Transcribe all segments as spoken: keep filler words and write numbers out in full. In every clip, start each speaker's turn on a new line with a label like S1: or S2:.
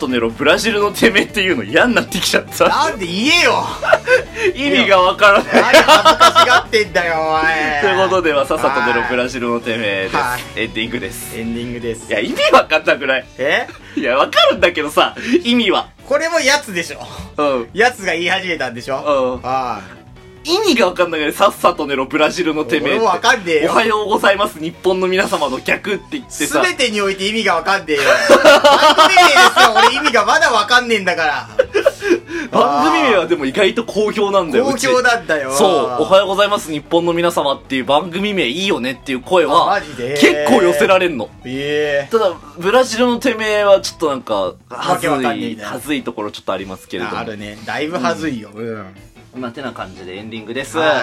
S1: ネロブラジルのてめえっていうの嫌になってきちゃった。
S2: なんで言えよ
S1: 意味がわからない。
S2: 何恥ずかしがってんだよお前。
S1: ということではさっさとネロブラジルのてめえです。
S2: はい
S1: エンディングです。
S2: エンディングです。
S1: いや意味わかんなくない？
S2: え
S1: いやわかるんだけどさ、意味は。
S2: これもやつでしょ。
S1: うん
S2: やつが言い始めたんでしょ。
S1: うん。
S2: あ
S1: 意味がわかんないけど、さっさとネロブラジルのてめえって。
S2: 俺もわかんねえよ。
S1: おはようございます日本の皆様の逆って言ってさ。
S2: すべてにおいて意味がわかんねえよ。番組名ですよ。俺意味がまだわかんねえんだから。
S1: 番組名はでも意外と好評なんだよ。
S2: 好評なんだよ。
S1: そう、おはようございます日本の皆様っていう番組名いいよねっていう声は
S2: マジで
S1: 結構寄せられんの。
S2: ええ
S1: ただブラジルのてめえはちょっとなんかはず
S2: わけわかんねえ
S1: い
S2: みたいな
S1: はずいところちょっとありますけれども。
S2: あるね。だいぶはずいよ。うん。
S1: まあてな感じでエンディングです。
S2: はい。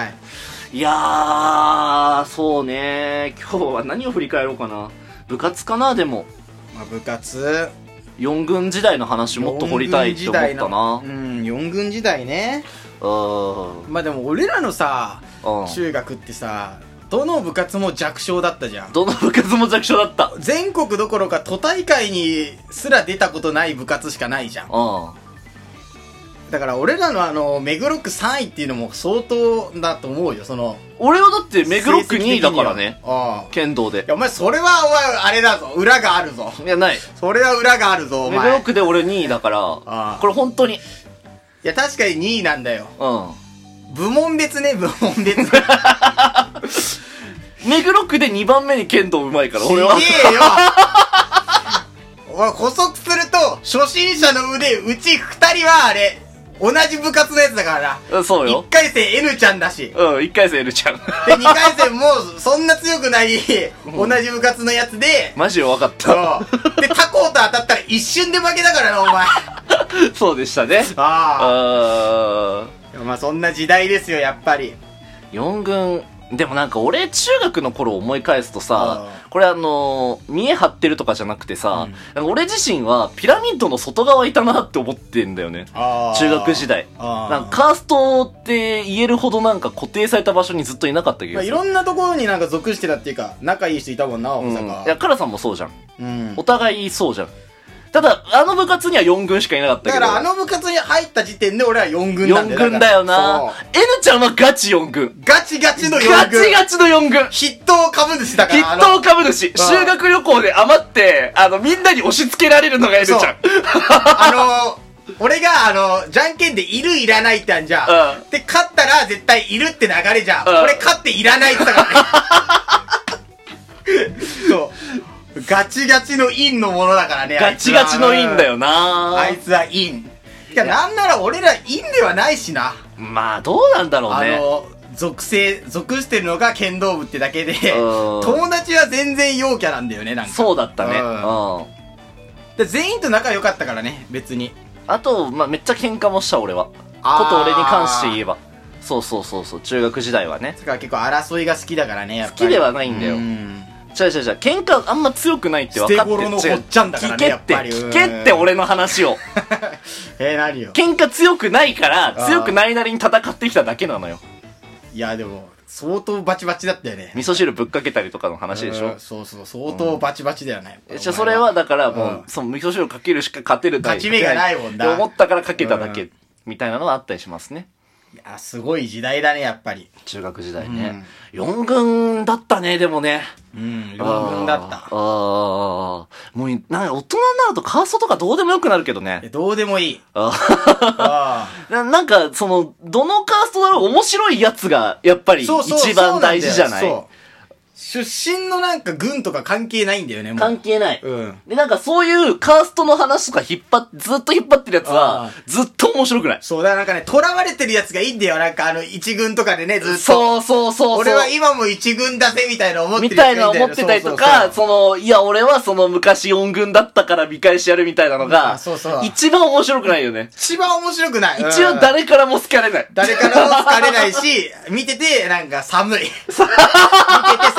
S1: いやーそうね、今日は何を振り返ろうかな。部活かな。でも
S2: まあ部活
S1: 四軍時代の話もっと掘りたいって思ったな。
S2: うん、四軍時代ね。
S1: うん。
S2: まあでも俺らのさ、
S1: うん
S2: 中学ってさ、どの部活も弱小だったじゃん。
S1: どの部活も弱小だった。
S2: 全国どころか都大会にすら出たことない部活しかないじゃん。
S1: うん。
S2: だから俺らのあの目黒区さんいっていうのも相当だと思うよ。その
S1: 俺はだって目黒区にいだからね。
S2: ああ。
S1: 剣道で。
S2: いやお前それはお前あれだぞ。裏があるぞ。
S1: いやない。
S2: それは裏があるぞお
S1: 目
S2: 前。
S1: 黒区で俺にいだから、
S2: あ
S1: これ本当に。
S2: いや確かににいなんだよ。
S1: うん。
S2: 部門別ね、部門別。
S1: 目黒区でにばんめに剣道うまいから俺は。
S2: ちげえよ。お前補足すると初心者の腕うちふたりはあれ同じ部活のやつだからな。
S1: そうよ。
S2: いっかい戦 N ちゃんだし。
S1: うん、いっかい戦 L ちゃん。
S2: で、にかい戦もそんな強くない同じ部活のやつで、
S1: マジよ、分かっ
S2: そう。で、他校と当たったら一瞬で負けだからな、お前。
S1: た。そうでしたね。
S2: あ
S1: あ
S2: あ。まあそんな時代ですよ、やっぱり。
S1: 四軍、でもなんか俺中学の頃思い返すとさ、
S2: あ
S1: これあのー、見え張ってるとかじゃなくてさ、
S2: うん
S1: なんか俺自身はピラミッドの外側いたなって思ってんだよね。
S2: あー
S1: 中学時代。
S2: あー
S1: なんかカーストって言えるほどなんか固定された場所にずっといなかった気
S2: まあ、い
S1: がする。
S2: ろんなところになんか属してたっていうか、仲いい人いたもんな、大
S1: うん、い
S2: 阪。
S1: や、カラさんもそうじゃん。
S2: うん。
S1: お互いそうじゃん。ただ、あの部活にはよん軍しかいなかったけど。
S2: だからあの部活に入った時点で俺はよん軍なんだよ。
S1: よん軍だよな。
S2: そう
S1: N ちゃんはガチよん軍。
S2: ガチガチのよん軍。
S1: ガチガチのよん軍。
S2: 筆頭株主だか
S1: 筆
S2: ら。
S1: 頭株主。修学旅行で余って、あの、みんなに押し付けられるのが N ちゃん。
S2: あのー、俺が、あの、じゃんけんでいるいらないってあんじゃん。
S1: うん
S2: で、勝ったら絶対いるって流れじゃん。
S1: うん
S2: 俺勝っていらないって言ったからね。そう。ガチガチのインのものだからね。
S1: ガチガチのインだよ
S2: な。
S1: な。
S2: あいつはイン。いや、なんなら俺らインではないしな。
S1: まあ、どうなんだろうね。
S2: あの、属性、属してるのが剣道部ってだけで、
S1: うん
S2: 友達は全然陽キャなんだよね、なんか。
S1: そうだったね。
S2: う
S1: うんん。
S2: で全員と仲良かったからね、別に。
S1: あと、まあ、めっちゃ喧嘩もした、俺は。
S2: あー
S1: こと俺に関して言えば。そうそうそうそう、中学時代はね。
S2: だから結構争いが好きだからね、やっぱり。
S1: 好きではないんだよ
S2: うん
S1: 違う違う違う、喧嘩あんま強くないって分かってる。
S2: 捨て頃のほっちゃんだからね
S1: 違う聞けって、
S2: やっぱり
S1: 聞けって俺の話を。
S2: えー、何よ。
S1: 喧嘩強くないから、
S2: ー
S1: 強くないなりに戦ってきただけなのよ。
S2: いや、でも、相当バチバチだったよね。
S1: 味噌汁ぶっかけたりとかの話でしょ
S2: うん。そうそう、相当バチバチだよね。
S1: えじゃあそれはだからもう、
S2: うん
S1: その味噌汁かけるしか勝てる
S2: 勝ち目がないもんだ
S1: って思ったからかけただけ
S2: うん、
S1: みたいなのはあったりしますね。
S2: いや、すごい時代だね、やっぱり。
S1: 中学時代ね。四軍だったね、でもね。
S2: うん、よん軍だった
S1: あー。あー。もう、なんか大人になるとカーストとかどうでもよくなるけどね。
S2: えどうでもいい。
S1: あ
S2: あ
S1: ーななんか、その、どのカーストだろう面白いやつが、やっぱり
S2: そうそう
S1: 一番大事じゃない？
S2: そうなんだよそう出身のなんか軍とか関係ないんだよね、もう。
S1: 関係ない。
S2: うん。
S1: で、なんかそういうカーストの話とか引っ張っ、ずっと引っ張ってるやつは
S2: あ、
S1: ずっと面白くない。
S2: そう、だからなんかね、囚われてるやつがいいんだよ。なんかあの、一軍とかでね、ずっと。
S1: そうそうそうそう。
S2: 俺は今も一軍だぜ、みたいな思ってる
S1: みたいな
S2: やつが
S1: 思ってたりと
S2: そう
S1: か、
S2: そう
S1: その、いや、俺はその昔四軍だったから見返しやるみたいなのが
S2: あ、そうそう
S1: 一番面白くないよね。
S2: 一番面白くない。
S1: 一番
S2: うん
S1: 誰からも好かれない。
S2: 誰からも疲れないし、見てて、なんか寒い。見てて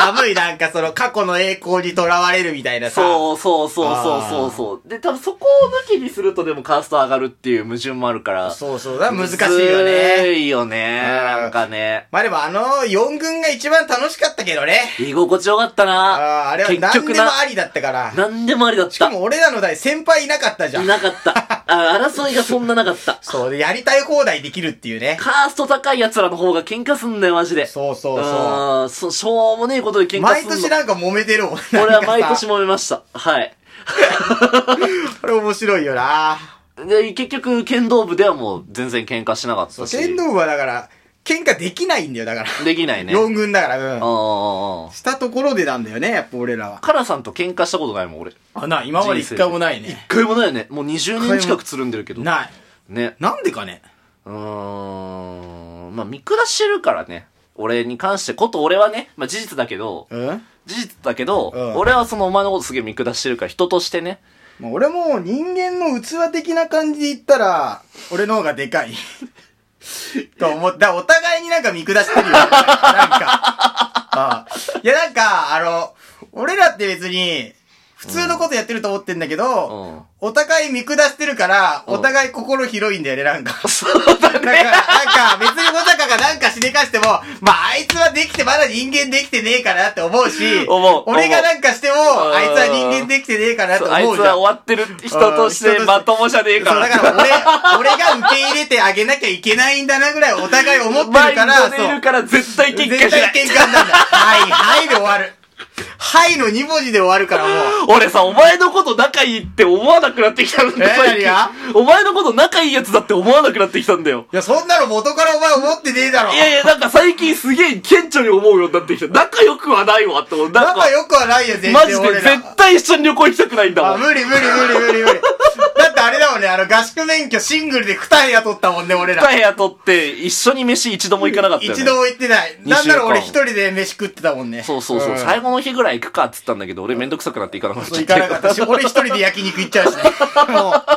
S2: 寒いなんかその過去の栄光にとらわれるみたいなさ。
S1: そうそうそうそうそうそう。で、多分そこを抜きにするとでもカースト上がるっていう矛盾もあるから。
S2: そうそう。だから難しいよ
S1: むず
S2: ね。
S1: いよね。なんかね。
S2: まあでもあのよん軍が一番楽しかったけどね。
S1: 居心地よかったな。
S2: ああ、あれは何でもありだったから。
S1: 何でもありだった。
S2: しかも俺らの代先輩いなかったじゃん。
S1: いなかった。あ、争いがそんななかった。
S2: そうで、やりたい放題できるっていうね。
S1: カースト高い奴らの方が喧嘩すんだよ、マジで。
S2: そうそうそう。
S1: うん、そ、しょうもねえことで喧嘩すんの。
S2: 毎年なんか揉めてるもん。
S1: 俺は毎年揉めました。はい。
S2: これ面白いよな。
S1: で、結局、剣道部ではもう全然喧嘩しなかったし。
S2: 剣道部はだから、喧嘩できないんだよ、だから。
S1: できないね。
S2: よん軍だから、うん。
S1: ああ。
S2: したところでなんだよね、やっぱ俺らは。
S1: カラさんと喧嘩したことないもん、俺。
S2: あ、な、今まで一回もないね。
S1: 一回もないよね。もうにじゅうねん近くつるんでるけど。
S2: ない。
S1: ね。
S2: なんでかね。
S1: うーん。まあ、見下してるからね。俺に関して、こと俺はね、まあ事実だけど、
S2: うん
S1: 事実だけど、
S2: うん、
S1: 俺はそのお前のことすげえ見下してるから、人としてね。
S2: まあ、俺も人間の器的な感じで言ったら、俺の方がでかい。と思った。お互いになんか見下してるよ。なんか。ああいやなんか、あの、俺らって別に、普通のことやってると思ってんだけど、うん、お互い見下してるから、お互い心広いんだよね、なんか。
S1: そうだね。
S2: だから、なんか、別に小坂がなんかしでかしても、まあ、あいつはできて、まだ人間できてねえかなって思うし、
S1: 思う。
S2: 俺がなんかしても、あいつは人間できてねえかなって思うじゃん。
S1: あいつは終わってる人としてまともじゃねえから。
S2: そう、だから俺、俺が受け入れてあげなきゃいけないんだなぐらいお互い思ってるから、
S1: そう。いるから絶対喧嘩しない。
S2: 絶対喧嘩なんだ。はい、はいで終わる。はいのに文字で終わるからもう。
S1: 俺さ、お前のこと仲いいって思わなくなってきたんだよ。
S2: え、何が？
S1: お前のこと仲いいやつだって思わなくなってきたんだよ。
S2: いや、そんなの元からお前思ってねえだろ。
S1: いやいや、なんか最近すげえ顕著に思うようになってきた。仲良くはないわって思う。
S2: 仲良くはないよ、全然。
S1: マジで絶対一緒に旅行行きたくないんだもん。
S2: あ、無理無理無理無理無理。だってあれだもんね、あの合宿免許シングルでに部屋取ったもんね、俺ら。
S1: に部屋取って、一緒に飯一度も行かなかったよね。
S2: 一度も行ってない。なんなら俺一人で飯食ってたもんね。
S1: そうそうそう。うん、最後の日ぐらい行くかって言ったんだけど、俺めんどくさくなって行かなかった。
S2: そう、行かなかったし、俺一人で焼肉行っちゃうしね。もう。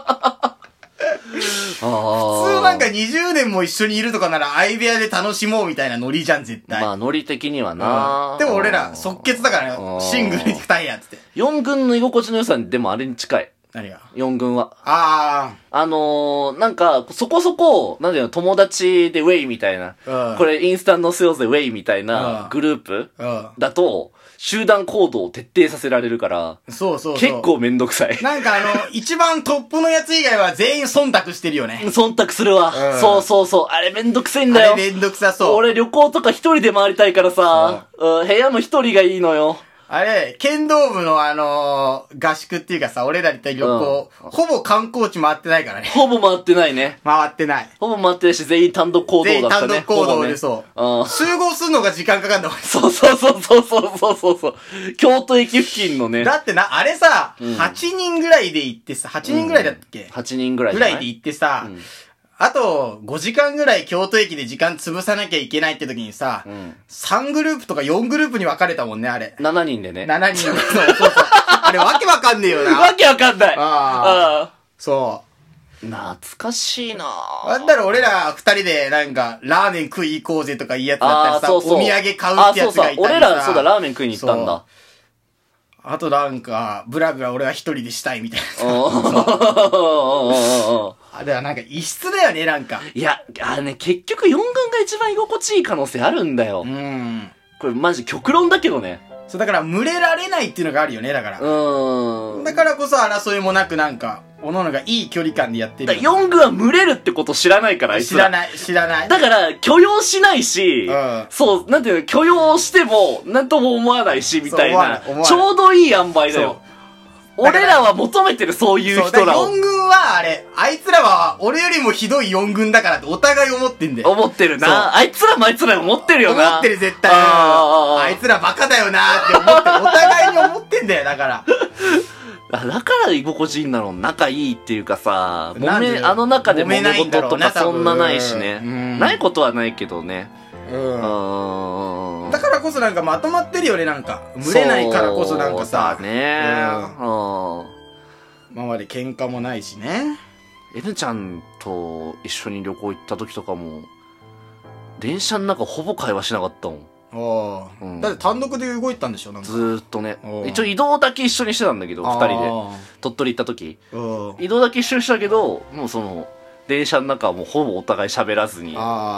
S2: 普通なんかにじゅうねんも一緒にいるとかなら相部屋で楽しもうみたいなノリじゃん、絶対。
S1: まあノリ的にはな、
S2: うん、でも俺ら即決だからね、シングルにに部屋つって。
S1: よん軍の居心地の良さにでもあれに近い。
S2: 何が ?
S1: よん 軍は。
S2: あ
S1: あ。あのー、なんか、そこそこ、なんだよ、友達でウェイみたいな。うん、これインスタントスヨーズでウェイみたいなグループだと、集団行動を徹底させられるから、
S2: そうそうそう。
S1: 結構めんどくさい。
S2: なんかあの、一番トップのやつ以外は全員忖度してるよね。
S1: 忖度するわ。うん、そうそうそう。あれめんどくせえんだよ。
S2: あれめんどくさそう。
S1: 俺旅行とか一人で回りたいからさ、うん、部屋も一人がいいのよ。
S2: あれ、剣道部のあのー、合宿っていうかさ、俺らに行った旅行、うん、ほぼ観光地回ってないからね。
S1: ほぼ回ってないね。
S2: 回ってない。
S1: ほぼ回ってないし、全員単独行動だったね。
S2: 全員単独行動でそう。
S1: ね、うん、
S2: 集合するのが時間かかんだもん。
S1: そうそうそうそうそうそうそう。京都駅付近のね。
S2: だってな、あれさ、うん、はちにんぐらいで行ってさ、はちにんぐらいだったっけ、うん、
S1: はちにんぐらい
S2: ぐらいで行ってさ、うんあと、ごじかんぐらい京都駅で時間潰さなきゃいけないって時にさ、うん、さんグループとかよんグループに分かれたもんね、あれ。
S1: しちにんでね。
S2: しちにんで。そうそうそう。あれわけわかんねえよな。
S1: わけわかんない。
S2: ああ。そう。
S1: 懐かしいなぁ。
S2: なんだろ、俺ら二人でなんか、ラーメン食い行こうぜとかいいやつだったらさ、そうそうお土産買うってやつがいたりさ。そうそう
S1: 俺ら、そうだ、ラーメン食いに行ったんだ。
S2: あとなんか、ブラブラ俺は一人でしたいみたいな。あれはなんか異質だよね、なんか。
S1: いや、あのね、結局よん軍が一番居心地いい可能性あるんだよ。
S2: うん。
S1: これマジ極論だけどね。
S2: そう、だから群れられないっていうのがあるよね、だから。
S1: うん。
S2: だからこそ争いもなくなんか、おのおのがいい距離感でやってる。
S1: よん軍は群れるってこと知らないから、あいつ
S2: ら。知らない、知らない。
S1: だから、許容しないし、うん、そう、なんていうの、許容しても、なんとも思わないし、みたいな。ちょうどいい塩梅だよ。俺らは求めてる、そういう人らを。
S2: よん軍は、あれ、あいつらは、俺よりもひどいよん軍だからってお互い思ってんだよ。
S1: 思ってるな。あいつらもあいつらも思ってるよな。
S2: 思ってる、絶対。あ, あいつらバカだよなって思って、お互いに思ってんだよ、だから。
S1: だから居心地いいんだろう。仲いいっていうかさ、揉め、あの中で揉め事とかそんなないしね。ないことはないけどね。うん。
S2: だからこそなんかまとまってるよね、なんか。群れないからこそなんかさ。
S1: そうだね。うん。
S2: 今まで喧嘩もないしね。
S1: N ちゃんと一緒に旅行行った時とかも、電車の中ほぼ会話しなかったもん。
S2: ああ、うん。だって単独で動いてたんでしょなんか
S1: ずーっとね。一応移動だけ一緒にしてたんだけど、二人で。鳥取行った時。移動だけ一緒にしたけど、もうその、電車の中はもうほぼお互い喋らずに。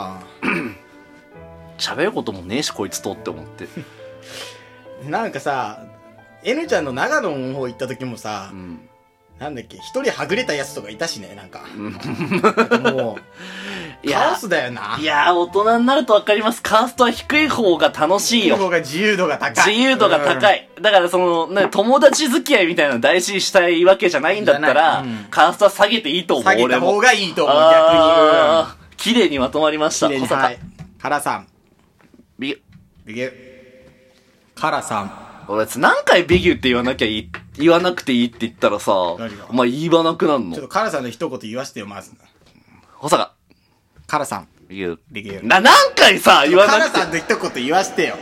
S1: 喋ることもねえし、こいつとって思って。
S2: なんかさ、N ちゃんの長野の方行った時もさ、うん、なんだっけ、一人はぐれたやつとかいたしね、なんか。なんかもう、カオスだよな。
S1: いやー、大人になるとわかります。カーストは低い方が楽しいよ。
S2: 低い方が自由度が高い。
S1: 自由度が高い。うん、だからその、なんか友達付き合いみたいなの大事にしたいわけじゃないんだったら、うん、カーストは下げていいと思う、
S2: 俺も。下げた方がいいと思う、逆に。うん、
S1: 綺麗にまとまりました。
S2: はい。カラさん。
S1: ビギュ。
S2: ビギュ。カラさん。
S1: 俺、何回ビギュって言わなきゃいい、言わなくていいって言ったらさ、お前言わなくなんの？
S2: ちょっとカラさんの一言言わせてよ、まず。
S1: 保坂。
S2: カラさん。
S1: ビギュ。
S2: ビギュ。
S1: な、何回さ、言わなくて。
S2: カラさんの一言言わせてよ。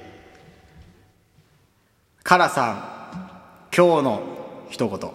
S2: カラさん、今日の一言。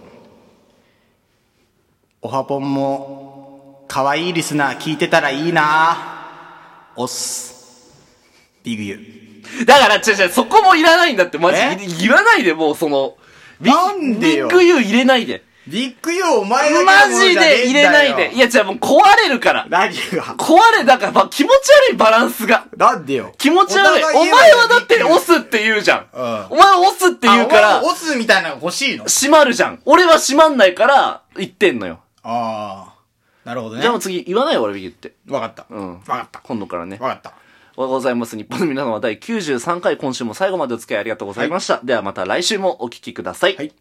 S2: おはぽんも、可愛いリスナー聞いてたらいいなおっす。ビグユ。
S1: だから、違う違う、そこもいらないんだって、マジで。言わないで、もう、その、
S2: なんでよ。
S1: ビッグユー入れないで。
S2: ビッグユーお前だけの
S1: マジで入れないで。いや、じゃあもう壊れるから。
S2: 何が
S1: 壊れ、だから、まあ、気持ち悪いバランスが。
S2: なんでよ。
S1: 気持ち悪い。お前はだって押すって言うじゃん。うん、お前は押すって言うから。
S2: 押すみたいなのが欲しいの？
S1: 閉まるじゃん。俺は閉まんないから、言ってんのよ。
S2: ああ。なるほどね。
S1: じゃあもう次、言わないよ、俺ビギュって。
S2: わかった。
S1: うん。
S2: わかった。
S1: 今度からね。
S2: わかった。
S1: おはようございます。日本の皆様、第きゅうじゅうさんかい、今週も最後までお付き合いありがとうございました。はい、ではまた来週もお聞きください。はい。